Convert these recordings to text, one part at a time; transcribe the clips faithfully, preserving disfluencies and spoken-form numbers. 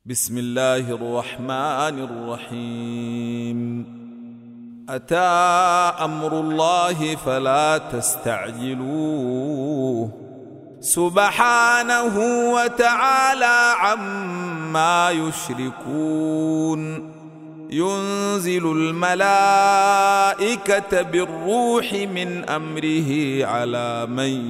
بسم الله الرحمن الرحيم. أتى أمر الله فلا تستعجلوه سبحانه وتعالى عما يشركون. ينزل الملائكة بالروح من أمره على من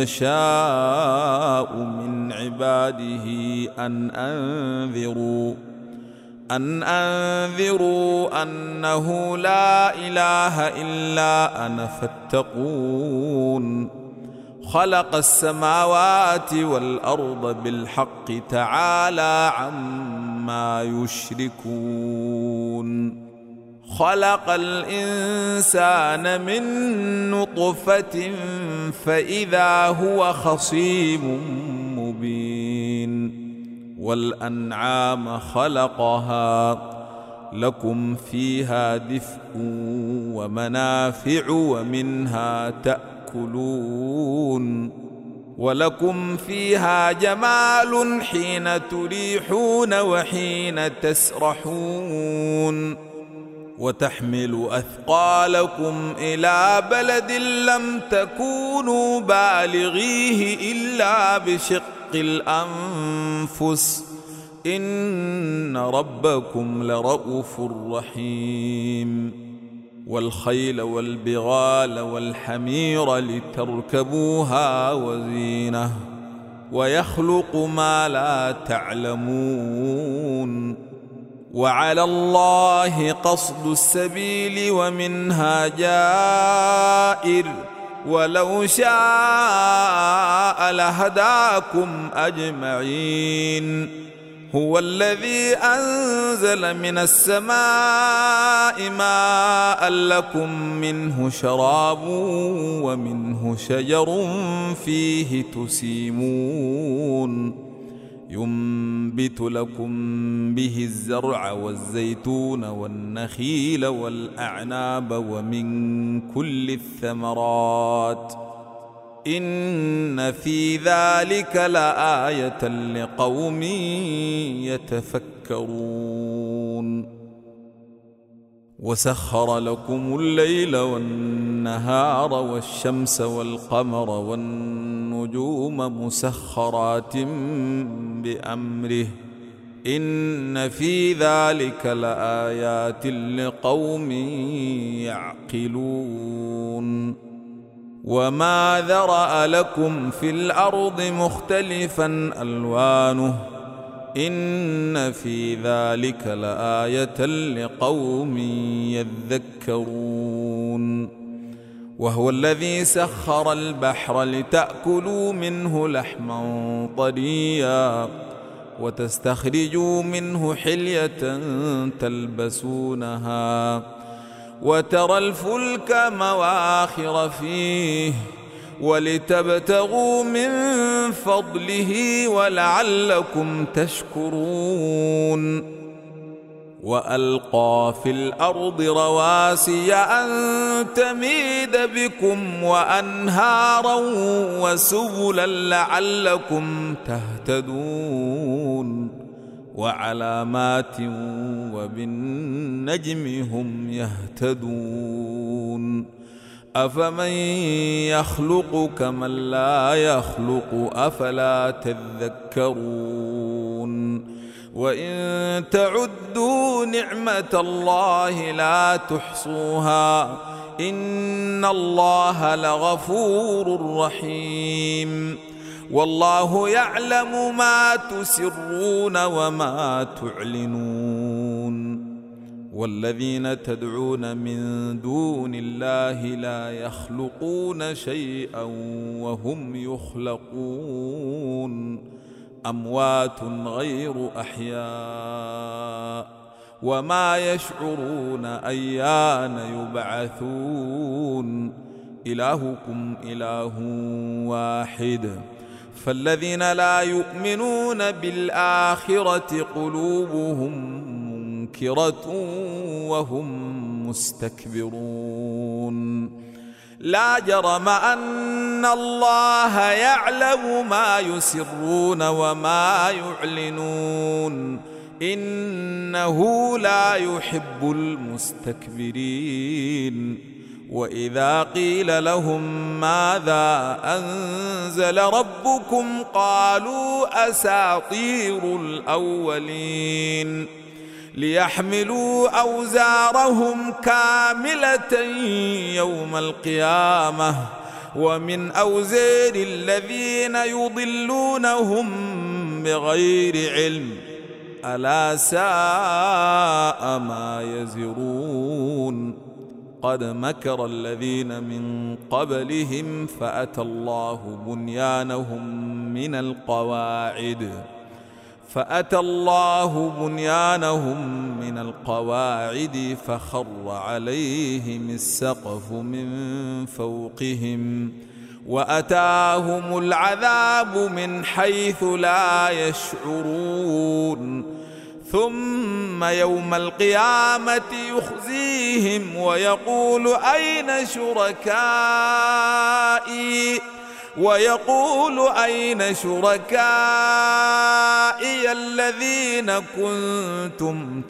يشاء من عباده أن أنذروا أن أنذروا أنه لا إله إلا أنا فاتقون. خلق السماوات والأرض بالحق تعالى عما يشركون. خلق الإنسان من نطفة فإذا هو خصيم مبين. والأنعام خلقها لكم فيها دفء ومنافع ومنها تأكلون. ولكم فيها جمال حين تريحون وحين تسرحون. وتحمل أثقالكم إلى بلد لم تكونوا بالغيه إلا بشق الأنفس إن ربكم لرؤوف رحيم. والخيل والبغال والحمير لتركبوها وزينة ويخلق ما لا تعلمون. وعلى الله قصد السبيل ومنها جائر ولو شاء لهداكم أجمعين. هو الذي أنزل من السماء ماء لكم منه شراب ومنه شجر فيه تسيمون. ينبت لكم به الزرع والزيتون والنخيل والأعناب ومن كل الثمرات إن في ذلك لآية لقوم يتفكرون. وسخر لكم الليل والنهار والشمس والقمر والنجوم مسخرات بأمره إن في ذلك لآيات لقوم يعقلون. وما ذرأ لكم في الأرض مختلفا ألوانه إن في ذلك لآية لقوم يذكرون. وهو الذي سخر البحر لتأكلوا منه لحما طريا وتستخرجوا منه حلية تلبسونها وترى الفلك مواخر فيه ولتبتغوا من فضله ولعلكم تشكرون. وألقى في الأرض رواسي أن تميد بكم وأنهارا وسبلا لعلكم تهتدون. وعلامات وبالنجم هم يهتدون. أفمن يخلق كمن لا يخلق أفلا تذكرون. وإن تعدوا نعمة الله لا تحصوها إن الله لغفور رحيم. والله يعلم ما تسرون وما تعلنون. والذين تدعون من دون الله لا يخلقون شيئا وهم يخلقون. أموات غير أحياء وما يشعرون أيان يبعثون. إلهكم إله واحد فالذين لا يؤمنون بالآخرة قلوبهم منكرة وهم مستكبرون. لا جرم أن الله يعلم ما يسرون وما يعلنون إنه لا يحب المستكبرين. وإذا قيل لهم ماذا أنزل ربكم قالوا أساطير الأولين ليحملوا أوزارهم كاملة يوم القيامة ومن أوزار الذين يضلونهم بغير علم ألا ساء ما يزرون. قد مكر الذين من قبلهم فأتى الله بنيانهم من القواعد فأتى الله بنيانهم من القواعد فخر عليهم السقف من فوقهم وأتاهم العذاب من حيث لا يشعرون. ثم يوم القيامة يخزيهم ويقول أين شركائي ويقول أين شركائي الذين كنتم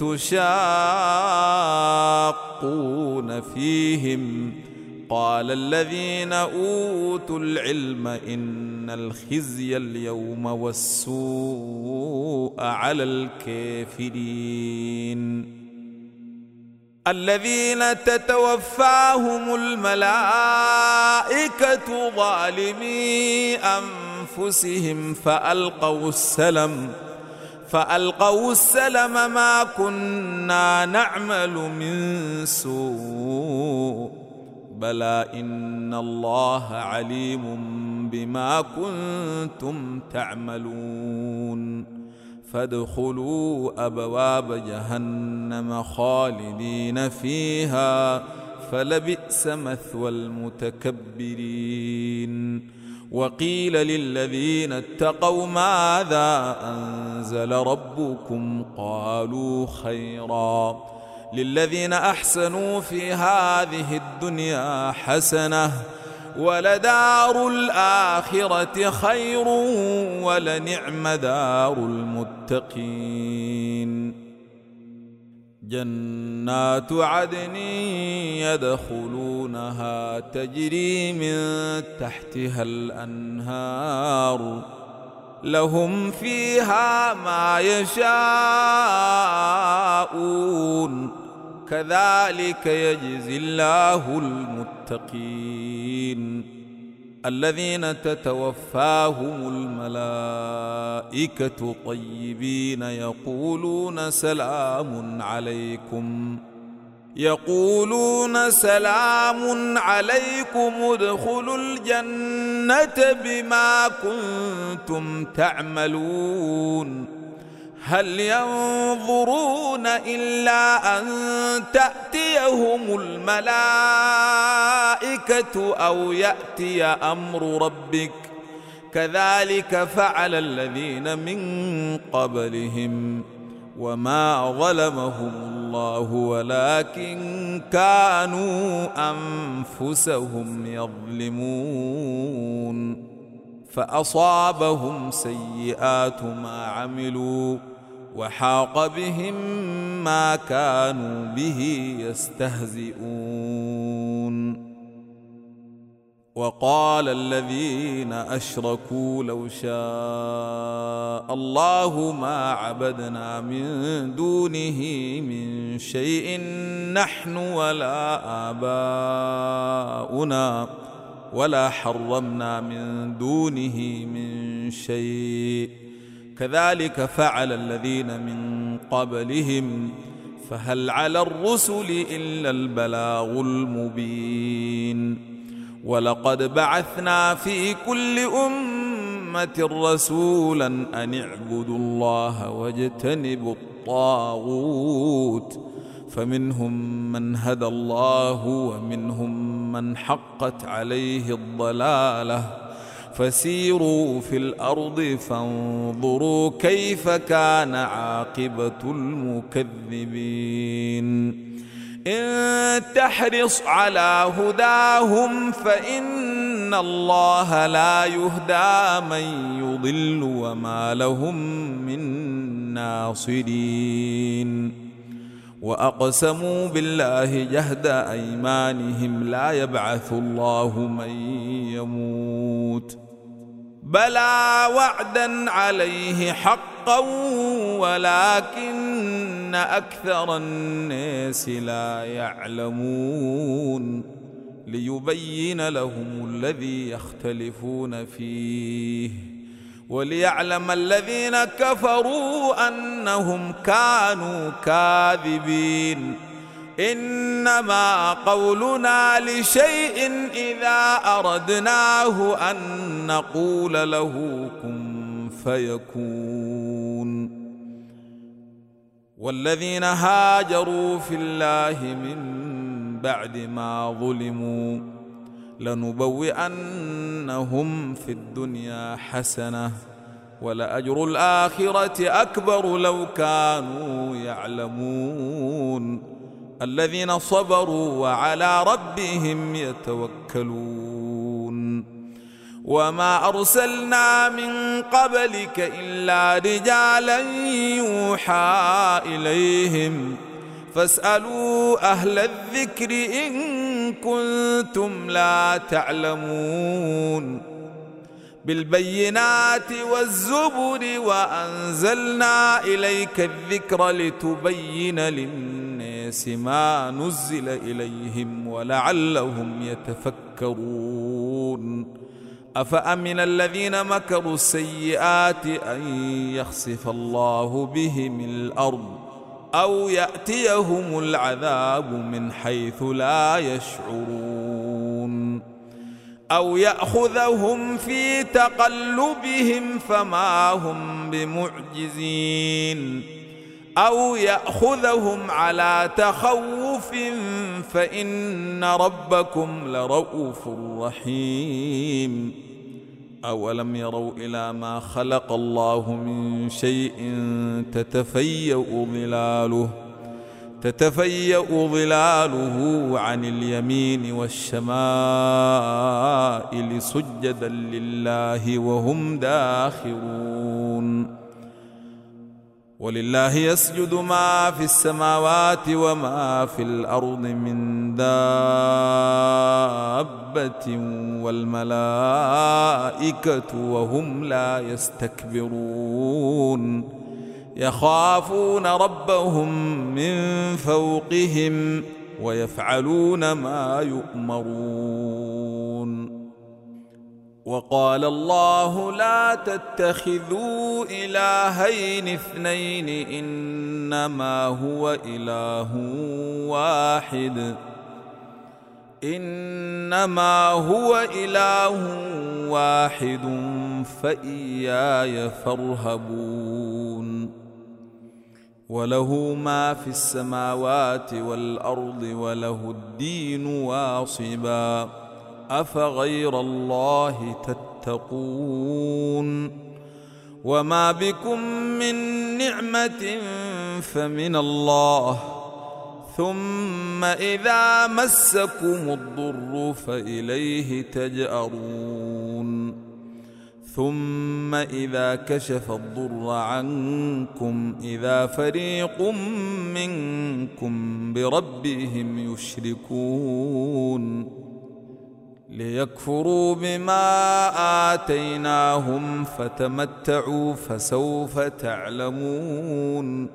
تشاقون فيهم قال الذين أوتوا العلم إن الخزي اليوم والسوء على الكافرين الذين تتوفاهم الملائكة ظالمي أنفسهم فألقوا السلم فألقوا السلم ما كنا نعمل من سوء بلى إن الله عليم بما كنتم تعملون. فادخلوا أبواب جهنم خالدين فيها فلبئس مثوى المتكبرين. وقيل للذين اتقوا ماذا أنزل ربكم قالوا خيرا للذين أحسنوا في هذه الدنيا حسنة ولدار الآخرة خير ولنعم دار المتقين. جنات عدن يدخلونها تجري من تحتها الأنهار لهم فيها ما يشاءون كذلك يجزي الله المتقين الذين تتوفاهم الملائكة طيبين يقولون سلام عليكم يقولون سلام عليكم ادخلوا الجنة بما كنتم تعملون. هل ينظرون إلا أن تأتيهم الملائكة أو يأتي أمر ربك كذلك فعل الذين من قبلهم وما ظلمهم الله ولكن كانوا أنفسهم يظلمون. فأصابهم سيئات ما عملوا وحاق بهم ما كانوا به يستهزئون. وقال الذين أشركوا لو شاء الله ما عبدنا من دونه من شيء نحن ولا آباؤنا ولا حرمنا من دونه من شيء كذلك فعل الذين من قبلهم فهل على الرسل إلا البلاغ المبين. ولقد بعثنا في كل أمة رسولا أن اعبدوا الله واجتنبوا الطاغوت فمنهم من هدى الله ومنهم من حقت عليه الضلالة فسيروا في الأرض فانظروا كيف كان عاقبة المكذبين. إن تحرص على هداهم فإن إن الله لا يهدى من يضل وما لهم من ناصرين وأقسموا بالله جهد أيمانهم لا يبعث الله من يموت بلى وعدا عليه حقا ولكن أكثر الناس لا يعلمون ليبين لهم الذي يختلفون فيه وليعلم الذين كفروا أنهم كانوا كاذبين إنما قولنا لشيء إذا أردناه أن نقول له كن فيكون والذين هاجروا في الله من بعد ما ظلموا لنبوئنهم في الدنيا حسنة ولأجر الآخرة أكبر لو كانوا يعلمون الذين صبروا وعلى ربهم يتوكلون وما أرسلنا من قبلك إلا رجالا يوحى إليهم فاسألوا أهل الذكر إن كنتم لا تعلمون بالبينات والزبر وأنزلنا إليك الذكر لتبين للناس ما نزل إليهم ولعلهم يتفكرون أفأمن الذين مكروا السيئات أن يخسف الله بهم الأرض أو يأتيهم العذاب من حيث لا يشعرون أو يأخذهم في تقلبهم فما هم بمعجزين أو يأخذهم على تخوف فإن ربكم لرؤوف رحيم أولم يروا إلى ما خلق الله من شيء تتفيأ ظلاله تتفيأ ظلاله عن اليمين والشمائل سجدا لله وهم داخرون ولله يسجد ما في السماوات وما في الأرض من دابة والملائكة وهم لا يستكبرون يخافون ربهم من فوقهم ويفعلون ما يؤمرون وقال الله لا تتخذوا إلهين اثنين إنما هو إله واحد إنما هو إله واحد فإياي فارهبون وله ما في السماوات والأرض وله الدين واصبا أفغير الله تتقون وما بكم من نعمة فمن الله ثم إذا مسكم الضر فإليه تجأرون ثم إذا كشف الضر عنكم إذا فريق منكم بربهم يشركون ليكفروا بما آتيناهم فتمتعوا فسوف تعلمون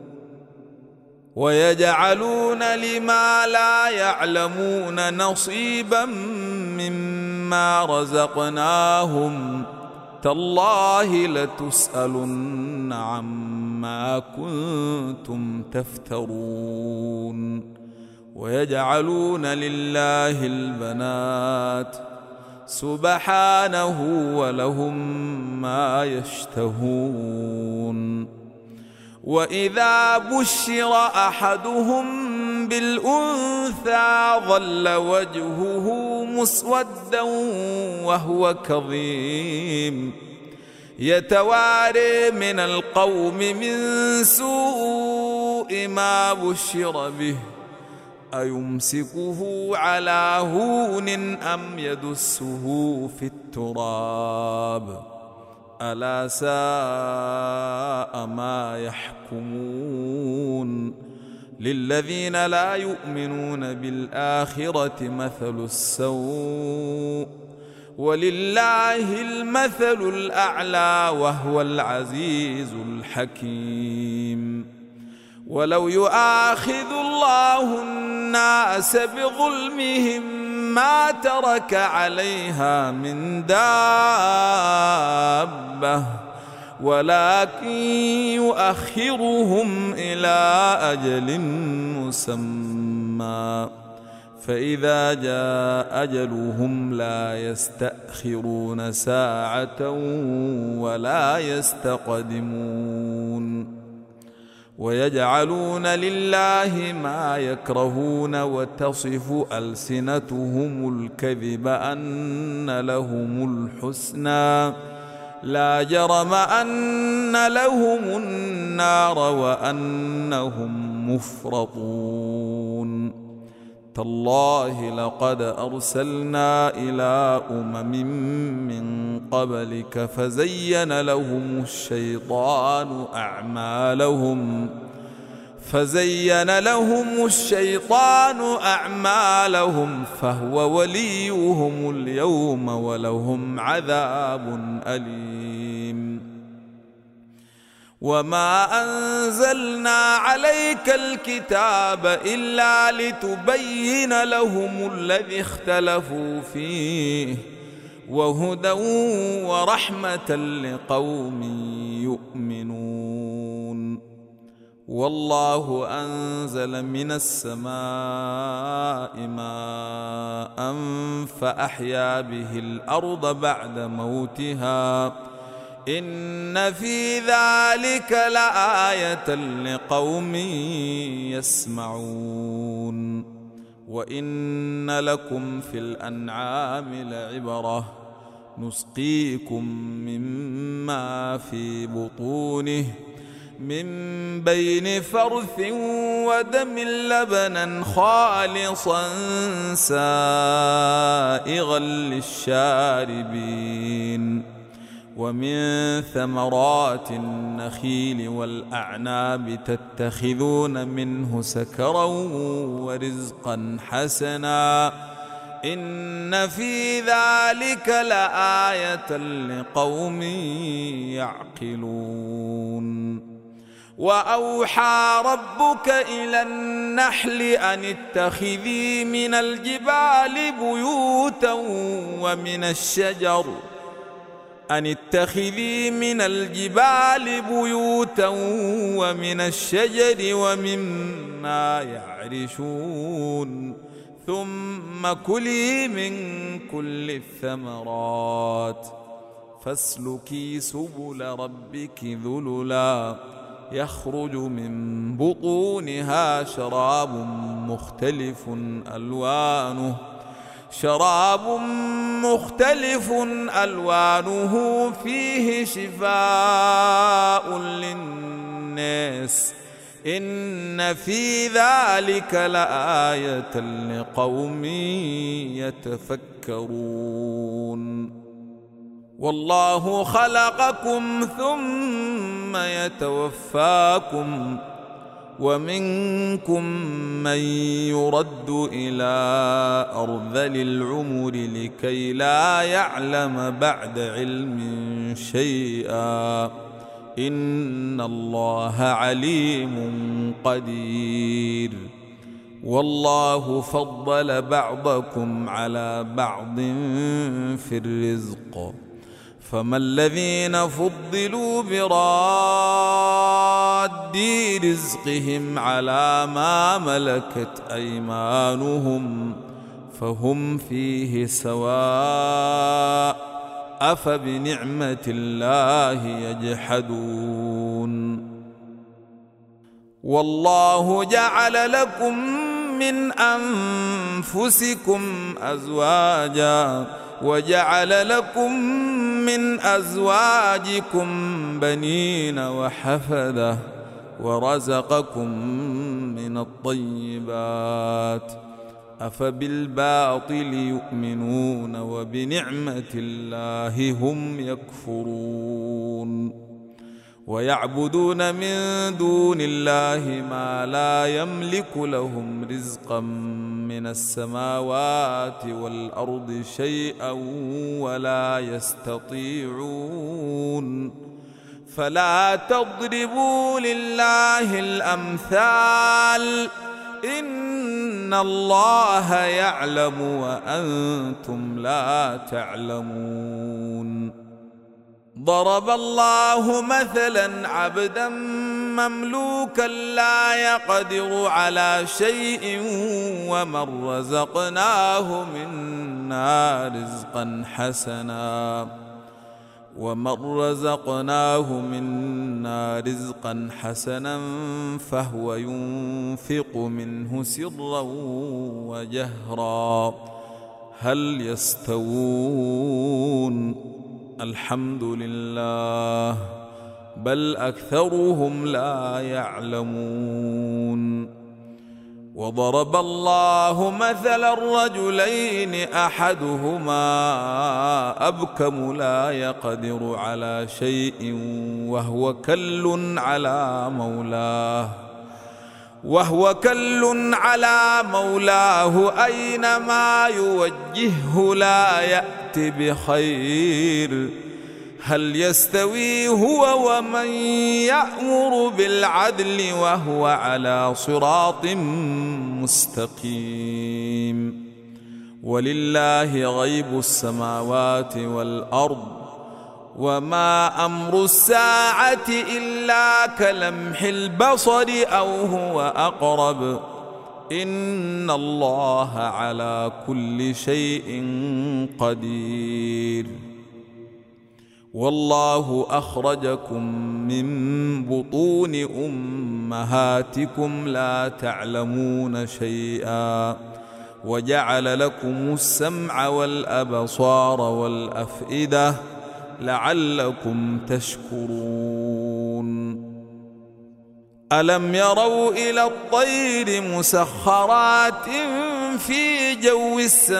ويجعلون لما لا يعلمون نصيبا مما رزقناهم تالله لتسألن عما كنتم تفترون ويجعلون لله البنات سبحانه ولهم ما يشتهون وإذا بشر أحدهم بالأنثى ظل وجهه مسودا وهو كظيم يتواري من القوم من سوء ما بشر به أيمسكه على هون أم يدسه في التراب ألا ساء ما يحكمون للذين لا يؤمنون بالآخرة مثل السوء ولله المثل الأعلى وهو العزيز الحكيم ولو يؤاخذ الله الناس بظلمهم ما ترك عليها من دابة ولكن يؤخرهم إلى أجل مسمى فإذا جاء أجلهم لا يستأخرون ساعة ولا يستقدمون ويجعلون لله ما يكرهون وتصف ألسنتهم الكذب أن لهم الحسنى لا جرم أن لهم النار وأنهم مفرطون تالله لقد أرسلنا إلى أمم من قبلك فزين لهم الشيطان أعمالهم فزين لهم الشيطان أعمالهم فهو وليهم اليوم ولهم عذاب أليم وما أنزلنا عليك الكتاب إلا لتبين لهم الذي اختلفوا فيه وهدى ورحمة لقوم يؤمنون والله أنزل من السماء ماء فأحيا به الأرض بعد موتها إن في ذلك لآية لقوم يسمعون وإن لكم في الأنعام لعبرة نسقيكم مما في بطونه من بين فرث ودم لبنا خالصا سائغا للشاربين ومن ثمرات النخيل والأعناب تتخذون منه سكرا ورزقا حسنا إن في ذلك لآية لقوم يعقلون وأوحى ربك إلى النحل أن اتخذي من الجبال بيوتا ومن الشجر أن اتخذي من الجبال بيوتا ومن الشجر ومما يعرشون ثم كلي من كل الثمرات فاسلكي سبل ربك ذللا يخرج من بطونها شراب مختلف ألوانه شراب مختلف ألوانه فيه شفاء للناس إن في ذلك لآية لقوم يتفكرون والله خلقكم ثم يتوفاكم ومنكم من يرد إلى أرذل العمر لكي لا يعلم بعد علم شيئا إن الله عليم قدير والله فضل بعضكم على بعض في الرزق فما الذين فضلوا براد رزقهم على ما ملكت أيمانهم فهم فيه سواء أفبنعمة الله يجحدون والله جعل لكم من أنفسكم أزواجا وجعل لكم من أزواجكم بنين وحفدة ورزقكم من الطيبات أفبالباطل يؤمنون وبنعمة الله هم يكفرون ويعبدون من دون الله ما لا يملك لهم رزقا من السماوات والأرض شيئا ولا يستطيعون فلا تضربوا لله الأمثال إن الله يعلم وأنتم لا تعلمون ضرب الله مثلا عبدا مملوكا لا يقدر على شيء ومن رزقناه منا رزقا حسنا ومن رزقناه منا رزقا حسنا فهو ينفق منه سرا وجهرا هل يستوون الحمد لله بل أكثرهم لا يعلمون وضرب الله مثلا الرجلين أحدهما أبكم لا يقدر على شيء وهو كل على مولاه وهو كل على مولاه أينما يوجهه لا يأت بخير هل يستوي هو ومن يأمر بالعدل وهو على صراط مستقيم ولله غيب السماوات والأرض وما أمر الساعة إلا كلمح البصر أو هو أقرب إن الله على كل شيء قدير والله أخرجكم من بطون أمهاتكم لا تعلمون شيئا وجعل لكم السمع والأبصار والأفئدة لعلكم تشكرون ألم يروا إلى الطير مسخرات في جو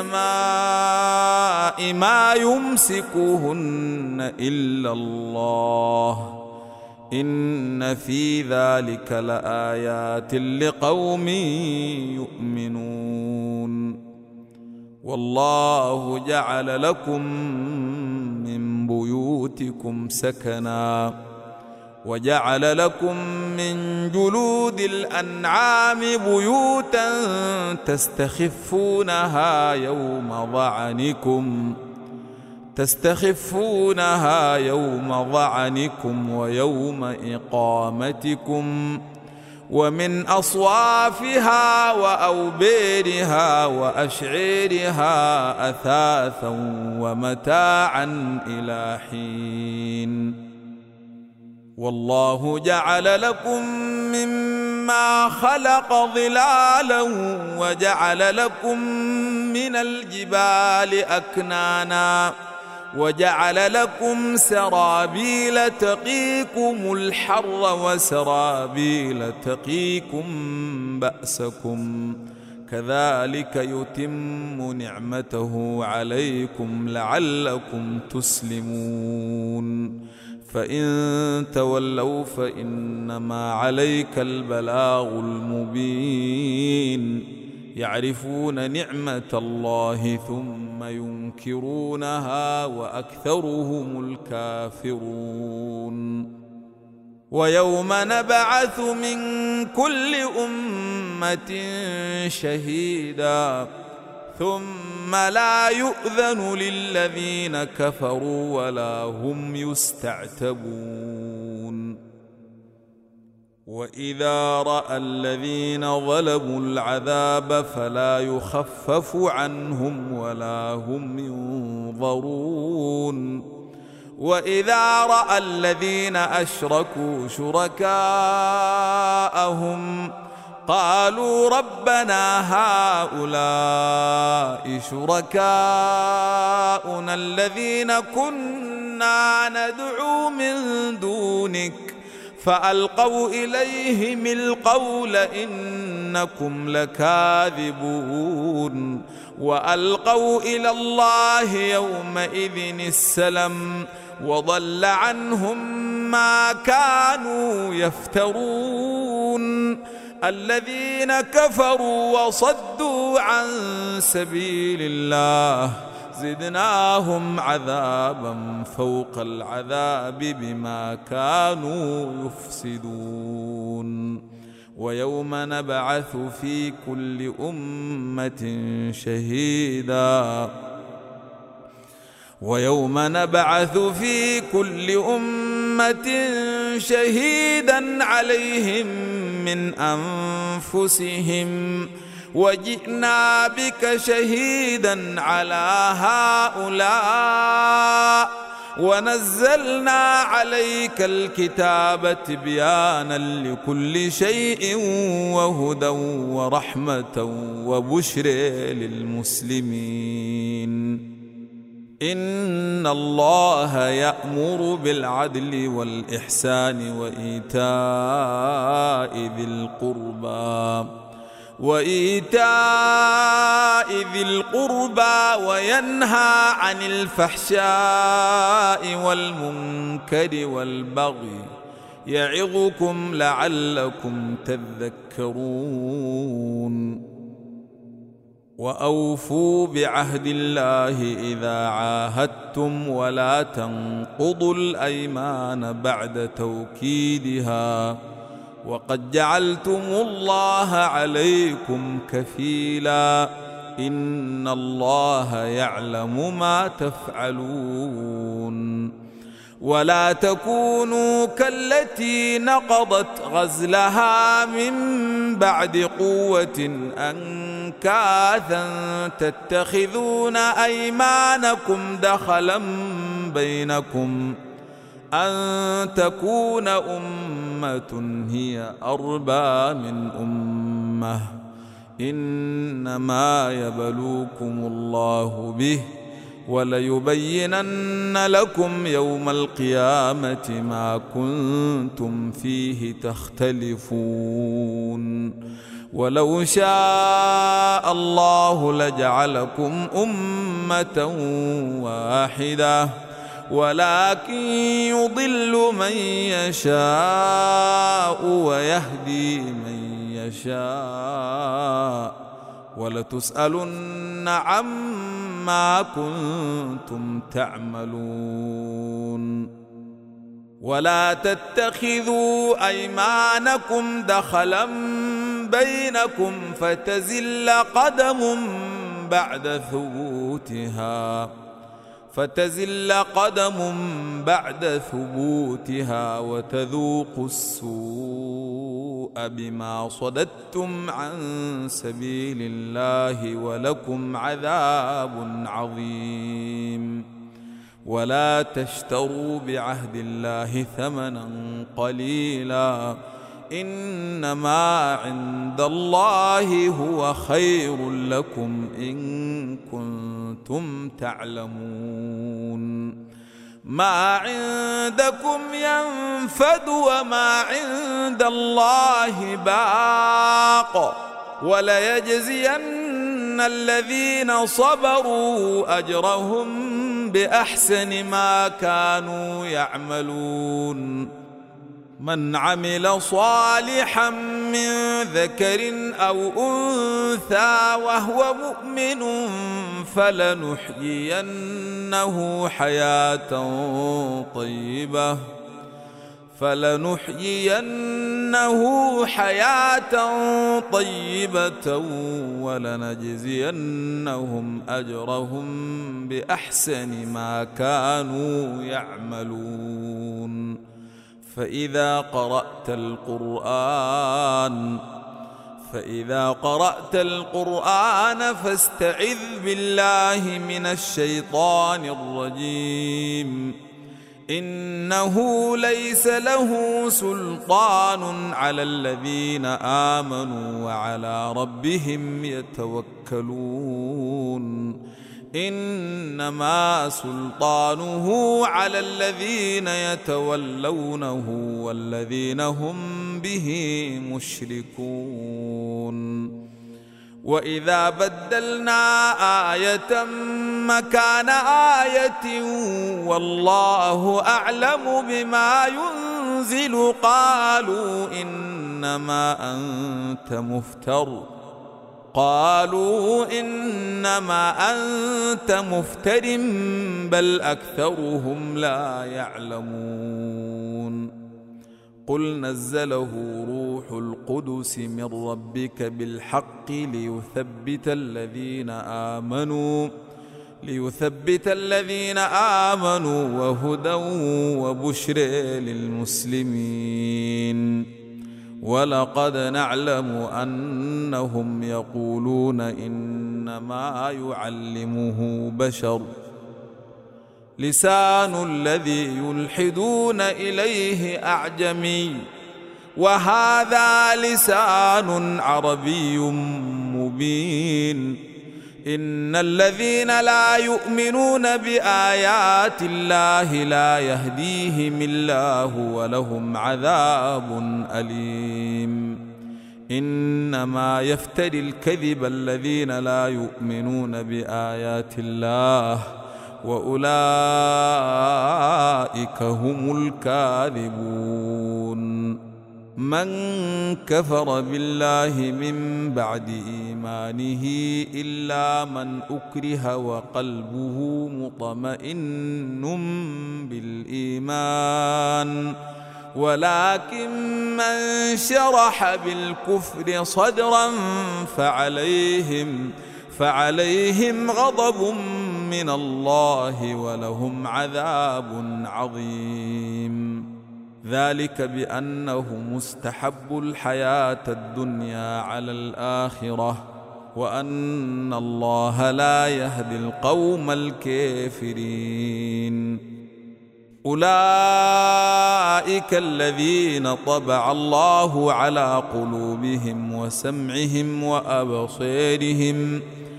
السماء ما يمسكهن إلا الله إن في ذلك لآيات لقوم يؤمنون والله جعل لكم من بيوتكم سكنا وجعل لكم من جلود الأنعام بيوتا تستخفونها يوم ظعنكم تستخفونها يوم ظعنكم ويوم إقامتكم ومن أصوافها وأوبيرها وأشعيرها أثاثا ومتاعا إلى حين والله جعل لكم مما خلق ظلالا وجعل لكم من الجبال أكنانا وجعل لكم سرابيل تقيكم الحر وسرابيل تقيكم بأسكم كذلك يتم نعمته عليكم لعلكم تسلمون فإن تولوا فإنما عليك البلاغ المبين يعرفون نعمة الله ثم ينكرونها وأكثرهم الكافرون ويوم نبعث من كل أمة شهيدا ثم لا يؤذن للذين كفروا ولا هم يستعتبون وإذا رأى الذين ظلموا العذاب فلا يخفف عنهم ولا هم ينظرون وإذا رأى الذين أشركوا شركاءهم قالوا ربنا هؤلاء شركاؤنا الذين كنا ندعو من دونك فألقوا إليهم القول إنكم لكاذبون وألقوا إلى الله يومئذ السلم وضل عنهم ما كانوا يفترون الذين كفروا وصدوا عن سبيل الله زدناهم عذابا فوق العذاب بما كانوا يفسدون ويوم نبعث في كل أمة شهيدا ويوم نبعث في كل أمة شهيدا عليهم من أنفسهم وجئنا بك شهيدا على هؤلاء ونزلنا عليك الكتاب تبيانا لكل شيء وهدى ورحمة وبشر للمسلمين إن الله يأمر بالعدل والإحسان وإيتاء ذي القربى وإيتاء ذي القربى وينهى عن الفحشاء والمنكر والبغي يعظكم لعلكم تذكرون وأوفوا بعهد الله إذا عاهدتم ولا تنقضوا الأيمان بعد توكيدها وقد جعلتم الله عليكم كفيلا إن الله يعلم ما تفعلون ولا تكونوا كالتي نقضت غزلها من بعد قوة أنكاثا تتخذون أيمانكم دخلا بينكم أن تكون أمة هي أربى من أمة إنما يبلوكم الله به وليبينن لكم يوم القيامة ما كنتم فيه تختلفون ولو شاء الله لجعلكم أمة واحدة ولكن يضل من يشاء ويهدي من يشاء ولتسألن عما كنتم تعملون ولا تتخذوا أيمانكم دخلا بينكم فتزل قدم بعد ثبوتها فتزل قدم بعد ثبوتها وتذوقوا السوء بما صددتم عن سبيل الله ولكم عذاب عظيم ولا تشتروا بعهد الله ثمنا قليلا إنما عند الله هو خير لكم إن كنتم تعلمون ما عندكم ينفد وما عند الله باق وليجزين الذين صبروا أجرهم بأحسن ما كانوا يعملون من عمل صالحا من ذكر أو أنثى وهو مؤمن فلنحيينه حياة طيبة فلنحيينه حياة طيبة ولنجزينهم أجرهم بأحسن ما كانوا يعملون فإذا قرأت القرآن فإذا قرأت القرآن فاستعذ بالله من الشيطان الرجيم إنه ليس له سلطان على الذين آمنوا وعلى ربهم يتوكلون إنما سلطانه على الذين يتولونه والذين هم به مشركون. وإذا بدلنا آية مكان آية والله أعلم بما ينزل قالوا إنما أنت مفتر قالوا إنما أنت مفتر بل أكثرهم لا يعلمون. قل نزله روح القدس من ربك بالحق ليثبت الذين آمنوا ليثبت الذين آمنوا وهدى وبشر للمسلمين. ولقد نعلم أنهم يقولون إنما يعلمه بشر لسان الذي يلحدون إليه أعجمي وهذا لسان عربي مبين. إن الذين لا يؤمنون بآيات الله لا يهديهم الله ولهم عذاب أليم. إنما يفتري الكذب الذين لا يؤمنون بآيات الله وأولئك هم الكاذبون. من كفر بالله من بعد إيمانه إلا من أكره وقلبه مطمئن بالإيمان ولكن من شرح بالكفر صدرا فعليهم فعليهم غضب من الله ولهم عذاب عظيم. ذلك بأنهم استحبوا الحياة الدنيا على الآخرة وأن الله لا يهدي القوم الكافرين. أولئك الذين طبع الله على قلوبهم وسمعهم وأبصارهم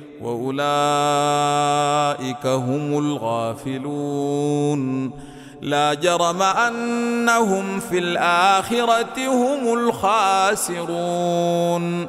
وأولئك هم الغافلون. لا جرم أنهم في الآخرة هم الخاسرون.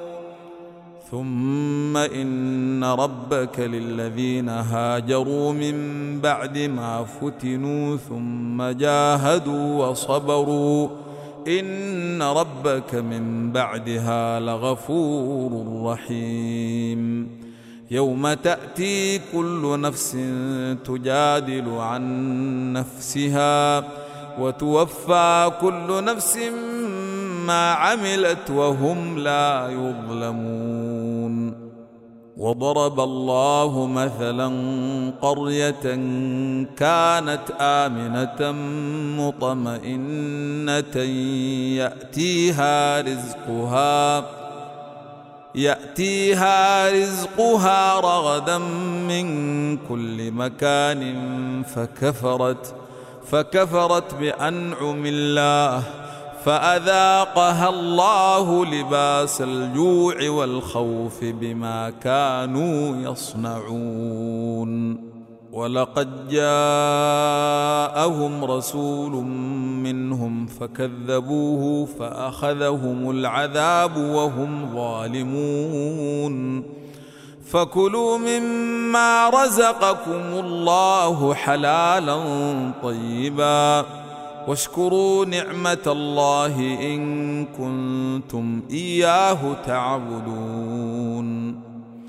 ثم إن ربك للذين هاجروا من بعد ما فتنوا ثم جاهدوا وصبروا إن ربك من بعدها لغفور رحيم. يوم تأتي كل نفس تجادل عن نفسها وتوفى كل نفس ما عملت وهم لا يظلمون. وضرب الله مثلا قرية كانت آمنة مطمئنة يأتيها رزقها يأتيها رزقها رغدا من كل مكان فكفرت فكفرت بأنعم الله فأذاقها الله لباس الجوع والخوف بما كانوا يصنعون. ولقد جاءهم رسول منهم فكذبوه فأخذهم العذاب وهم ظالمون. فكلوا مما رزقكم الله حلالا طيبا واشكروا نعمة الله إن كنتم إياه تعبدون.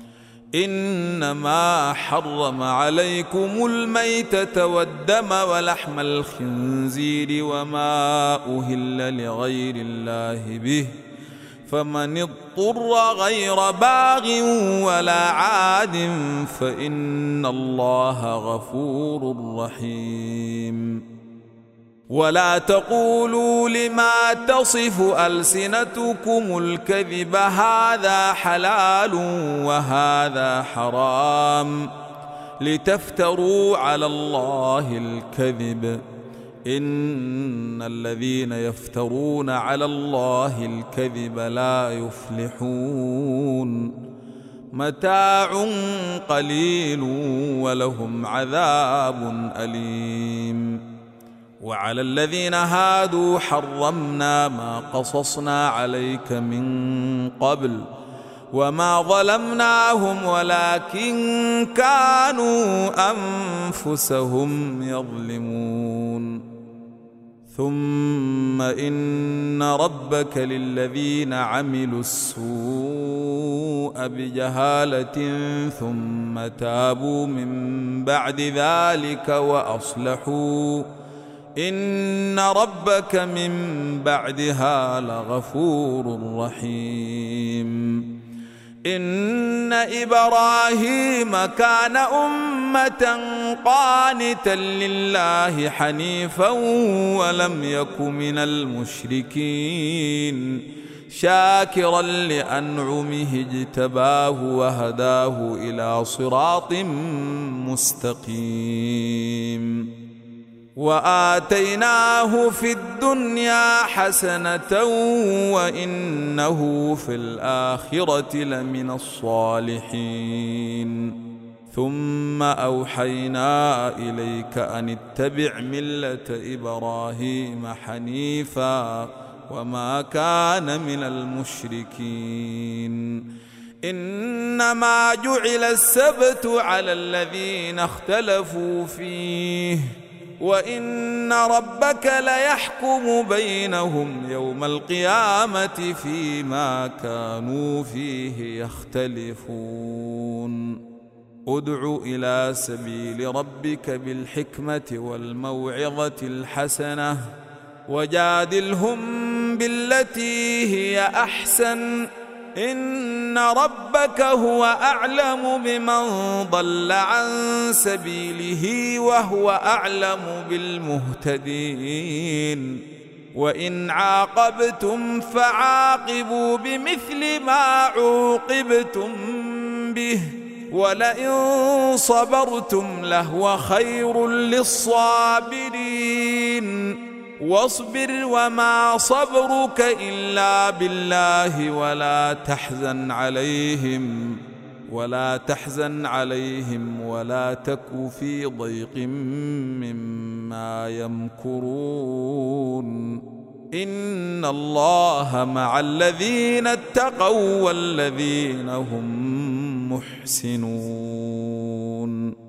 إنما حرم عليكم الميتة والدم ولحم الخنزير وما أهل لغير الله به فمن اضطر غير باغ ولا عاد فإن الله غفور رحيم. ولا تقولوا لما تصف ألسنتكم الكذب هذا حلال وهذا حرام لتفتروا على الله الكذب إن الذين يفترون على الله الكذب لا يفلحون. متاع قليل ولهم عذاب أليم. وعلى الذين هادوا حرمنا ما قصصنا عليك من قبل وما ظلمناهم ولكن كانوا أنفسهم يظلمون. ثم إن ربك للذين عملوا السوء بجهالة ثم تابوا من بعد ذلك وأصلحوا إن ربك من بعدها لغفور رحيم. إن إبراهيم كان أمة قانتا لله حنيفا ولم يك من المشركين شاكرا لأنعمه اجتباه وهداه إلى صراط مستقيم. وآتيناه في الدنيا حسنة وإنه في الآخرة لمن الصالحين. ثم أوحينا إليك أن اتبع ملة إبراهيم حنيفا وما كان من المشركين. إنما جعل السبت على الذين اختلفوا فيه وإن ربك ليحكم بينهم يوم القيامة فيما كانوا فيه يختلفون. ادع إلى سبيل ربك بالحكمة والموعظة الحسنة وجادلهم بالتي هي أحسن إن ربك هو أعلم بمن ضل عن سبيله وهو أعلم بالمهتدين. وإن عاقبتم فعاقبوا بمثل ما عوقبتم به ولئن صبرتم لهو خير للصابرين. واصبر وما صبرك إلا بالله ولا تحزن عليهم ولا تحزن عليهم ولا تك في ضيق مما يمكرون. إن الله مع الذين اتقوا والذين هم محسنون.